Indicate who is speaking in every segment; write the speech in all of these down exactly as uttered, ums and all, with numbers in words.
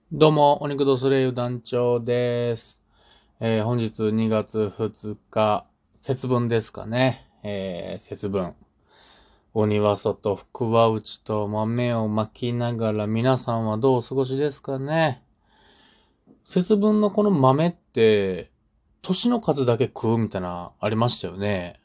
Speaker 1: どうも、お肉とスレイユ団長です。えー本日にがつふつか、節分ですかね。えー節分。鬼は外、福は内と豆をまきながら皆さんはどうお過ごしですかね。節分のこの豆って、年の数だけ食うみたいな、ありましたよね。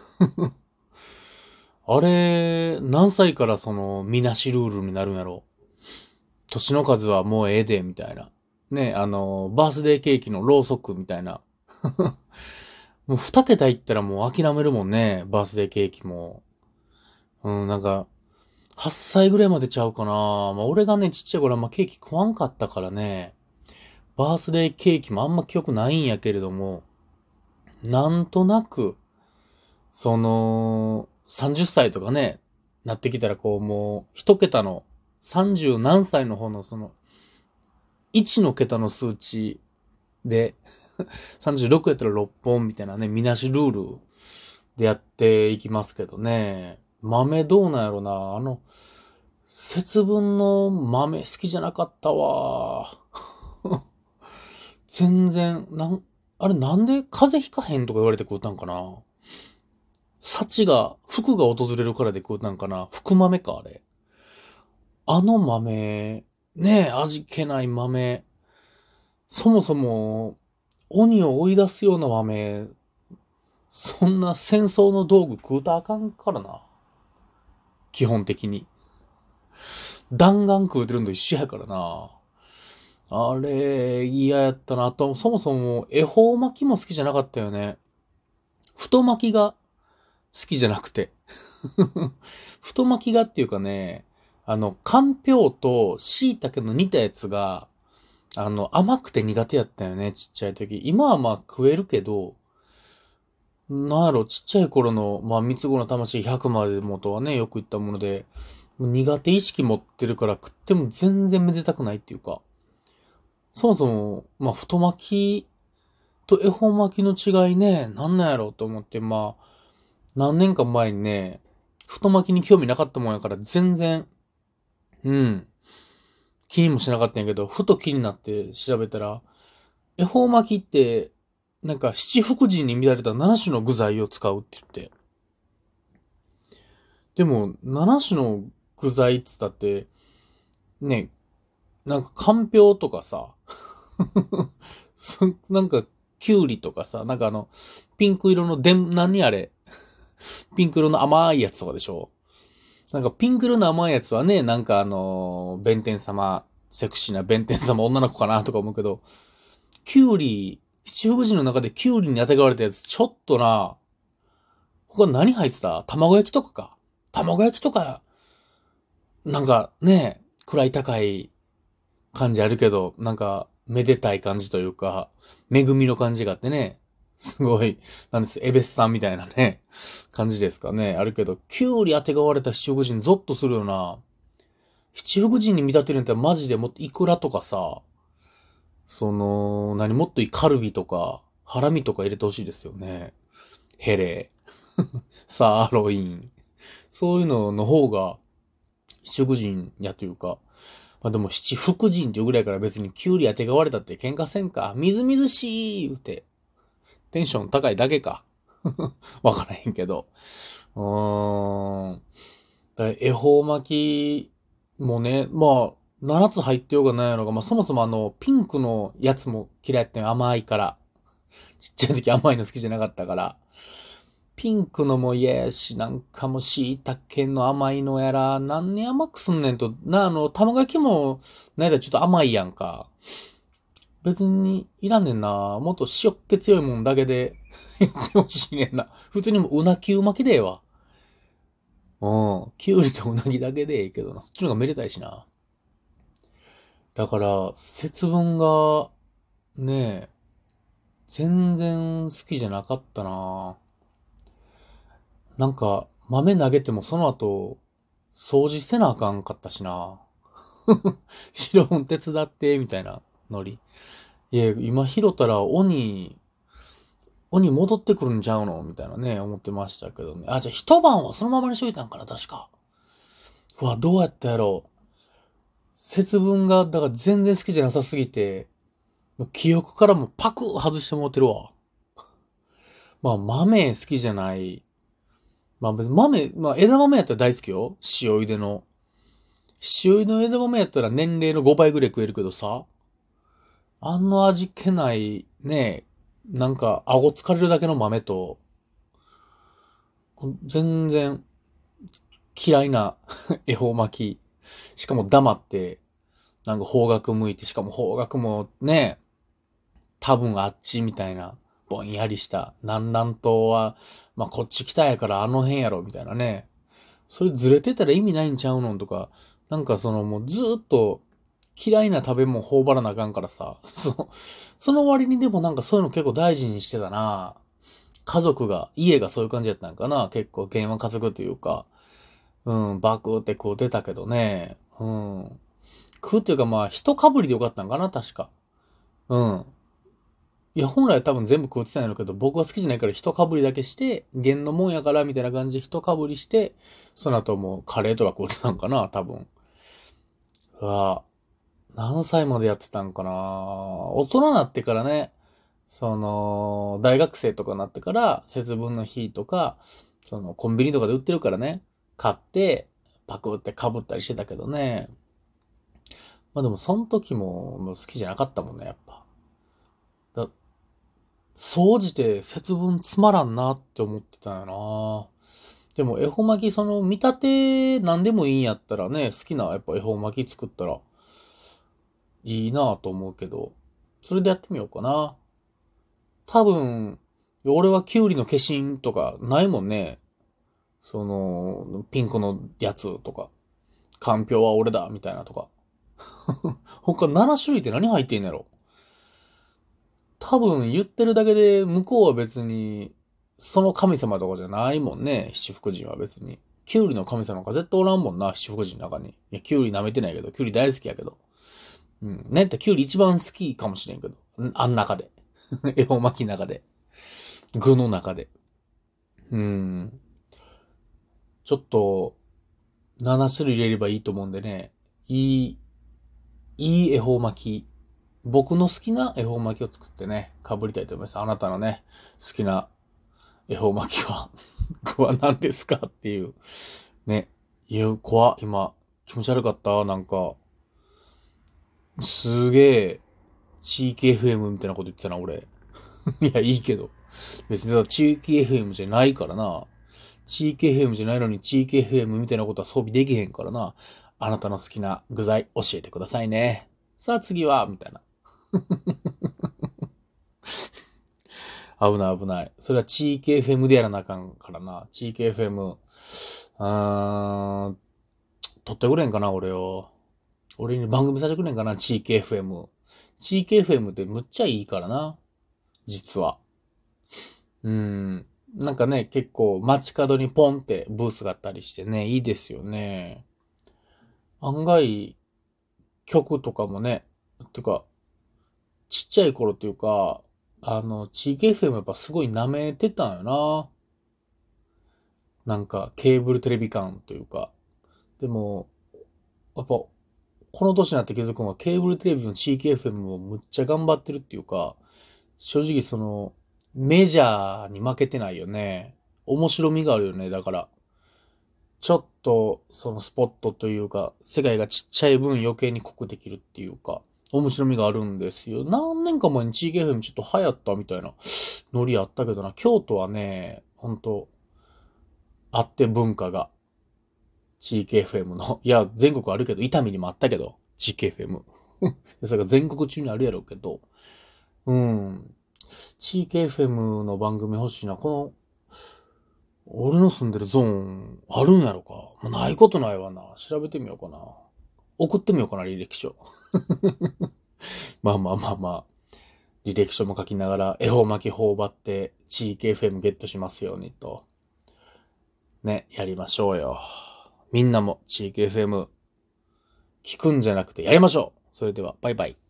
Speaker 1: あれ、何歳からその、みなしルールになるんやろ。年の数はもうええで、みたいな。ね、あの、バースデーケーキのろうそくみたいな。もう二桁いったらもう諦めるもんね、バースデーケーキも。うん、なんか、はっさいぐらいまでちゃうかな。まあ俺がね、ちっちゃい頃はまあケーキ食わんかったからね、バースデーケーキもあんま記憶ないんやけれども、なんとなく、その、さんじゅっさいとかね、なってきたらこうもう、一桁の、さんじゅう何歳の方のその、いちの桁の数値で、さんじゅうろくやったらろっぽんみたいなね、みなしルールでやっていきますけどね。豆どうなんやろな。あの、節分の豆好きじゃなかったわ。全然、なん、あれなんで風邪ひかへんとか言われて食うたんかな。幸が、福が訪れるからで食うたんかな。福豆か、あれ。あの豆、ねえ、味気ない豆。そもそも、鬼を追い出すような豆、そんな戦争の道具食うたらあかんからな。基本的に。弾丸食うてるのと一緒やからな。あれ、嫌やったな。あと、そもそも恵方巻きも好きじゃなかったよね。太巻きが好きじゃなくて。太巻きがっていうかね、あの、かんぴょうと椎茸の煮たやつが、あの、甘くて苦手やったよね、ちっちゃい時。今はまあ食えるけど、なんやろ、ちっちゃい頃の、まあ、三つ子の魂ひゃくまでもとはね、よく言ったもので、苦手意識持ってるから食っても全然めでたくないっていうか、そもそも、まあ、太巻きと恵方巻きの違いね、なんなんやろうと思って、まあ、何年か前にね、太巻きに興味なかったもんやから全然、うん、気にもしなかったんやけど、ふと気になって調べたら、恵方巻きって、なんか七福神に乱れたなな種の具材を使うって言って。でも、なな種の具材っつったって、ね、なんか、かんぴょうとかさ、そなんか、きゅうりとかさ、なんかあの、ピンク色のでん、何あれピンク色の甘いやつとかでしょ。なんかピンク色の甘いやつはね、なんかあのー、弁天様、セクシーな弁天様女の子かなとか思うけど、きゅうり、七福神の中できゅうりに当てがわれたやつ、ちょっとな、他何入ってた卵焼きとかか。卵焼きとか、なんかね、位高い感じあるけど、なんか、めでたい感じというか、恵みの感じがあってね、すごい、なんです、エベスさんみたいなね、感じですかね。あるけど、キュウリ当てがわれた七福神ゾッとするよな。七福神に見立てるんだったらマジでもっとイクラとかさ、その、何もっといいカルビとか、ハラミとか入れてほしいですよね。ヘレ、サーロイン。そういうのの方が、七福神やというか、まあでも七福神っていうぐらいから別にキュウリ当てがわれたって喧嘩せんか。みずみずしい言うて。テンション高いだけか。わからへんけど。うーん。だ恵方巻きもね、まあ、ななつ入ってようがないのが、まあそもそもあの、ピンクのやつも嫌いやったよ。甘いから。ちっちゃい時甘いの好きじゃなかったから。ピンクのも嫌やし、なんかも椎茸の甘いのやら、何年甘くすんねんと、な、あの、卵焼きも、なんやらちょっと甘いやんか。別にいらんねんな。もっと塩っ気強いもんだけでやってほしいねんな。普通にもううなきう巻きでええわ。うん。きゅうりとうなぎだけでええけどな。そっちの方がめでたいしな。だから、節分が、ねえ、全然好きじゃなかったな。なんか、豆投げてもその後、掃除せなあかんかったしな。拾うん手伝って、みたいなノリ。いや、今拾ったら鬼、鬼戻ってくるんちゃうのみたいなね、思ってましたけどね。あ、じゃあ一晩はそのままにしといたんかな、確か。うわ、どうやったやろう。 節分が、だから全然好きじゃなさすぎて、記憶からもパクッ外してもってるわ。まあ、豆好きじゃない。まあ別に豆、まあ枝豆やったら大好きよ。塩茹での。塩茹での枝豆やったら年齢のごばいぐらい食えるけどさ。あの味気ない、ね、なんか、顎疲れるだけの豆と、全然嫌いな恵方巻き。しかも黙って、なんか方角向いて、しかも方角もね、多分あっちみたいな、ぼんやりした。南南東は、まあ、こっち北やからあの辺やろ、みたいなね。それずれてたら意味ないんちゃうのとか、なんかそのもうずーっと嫌いな食べ物頬張らなあかんからさ、その、その割にでもなんかそういうの結構大事にしてたな。家族が、家がそういう感じやったんかな。結構現場家族というか、うん、バクって食うてたけどね。うん。食うっていうかまあ、一かぶりでよかったんかな、確か。うん。いや、本来多分全部食うてたんやろうけど、僕は好きじゃないから一かぶりだけして、弦のもんやからみたいな感じで一かぶりして、その後もうカレーとか食うてたんかな、多分。うわ何歳までやってたんかな。大人になってからね、その、大学生とかになってから、節分の日とか、その、コンビニとかで売ってるからね、買って、パクって被ったりしてたけどね。まあでも、その時も、もう好きじゃなかったもんね、やっぱ。だ、総じて節分つまらんなって思ってたよな。でも、恵方巻き、その、見立て何でもいいんやったらね、好きな、やっぱ恵方巻き作ったらいいなと思うけど、それでやってみようかな。多分、俺はキュウリの化身とかないもんね。その、ピンクのやつとか、かんぴょうは俺だ、みたいなとか。他なな種類って何入ってんやろ。多分言ってるだけで、向こうは別に、その神様とかじゃないもんね、七福神は別に。キュウリの神様なんか絶対おらんもんな、七福神の中に。いや、キュウリ舐めてないけど、キュウリ大好きやけど。うん。なんやったらキュウリ一番好きかもしれんけど。あん中で。恵方巻きの中で。具の中で。うん。ちょっと、なな種類入れればいいと思うんでね。いい、いい恵方巻き。僕の好きな恵方巻きを作ってね、被りたいと思います。あなたのね、好きな恵方巻きは、具は何ですかっていう。ね。いう、怖今、気持ち悪かったなんか、すげえ、地域 エフエム みたいなこと言ってたな、俺。いや、いいけど。別に、地域 エフエム じゃないからな。地域 エフエム じゃないのに地域 エフエム みたいなことは装備できへんからな。あなたの好きな具材教えてくださいね。さあ次は、みたいな。危ない危ない。それは地域 エフエム でやらなあかんからな。地域 エフエム。あー、取ってくれんかな、俺を。俺に番組させてくれんかな、地域 エフエム。地域 エフエム ってむっちゃいいからな。実は。うん。なんかね、結構街角にポンってブースがあったりしてね、いいですよね。案外、曲とかもね、てか、ちっちゃい頃っていうか、あの、地域 エフエム やっぱすごい舐めてたんよな。なんか、ケーブルテレビ感というか。でも、やっぱ、この年になって気づくのは、ケーブルテレビの地域 エフエム もむっちゃ頑張ってるっていうか、正直その、メジャーに負けてないよね。面白みがあるよね。だから、ちょっと、そのスポットというか、世界がちっちゃい分余計に濃くできるっていうか、面白みがあるんですよ。何年か前に地域 エフエム ちょっと流行ったみたいなノリあったけどな、京都はね、ほんと、あって文化が、地域 エフエム の。いや、全国あるけど、伊丹にもあったけど、地域 エフエム。それが全国中にあるやろうけど、うん。地域 エフエム の番組欲しいな。この、俺の住んでるゾーン、あるんやろか。もうないことないわな。調べてみようかな。送ってみようかな、履歴書。まあまあまあまあ。履歴書も書きながら、恵方巻き頬張って、地域 エフエム ゲットしますようにと。ね、やりましょうよ。みんなも地域 エフエム 聞くんじゃなくてやりましょう。それでは、バイバイ。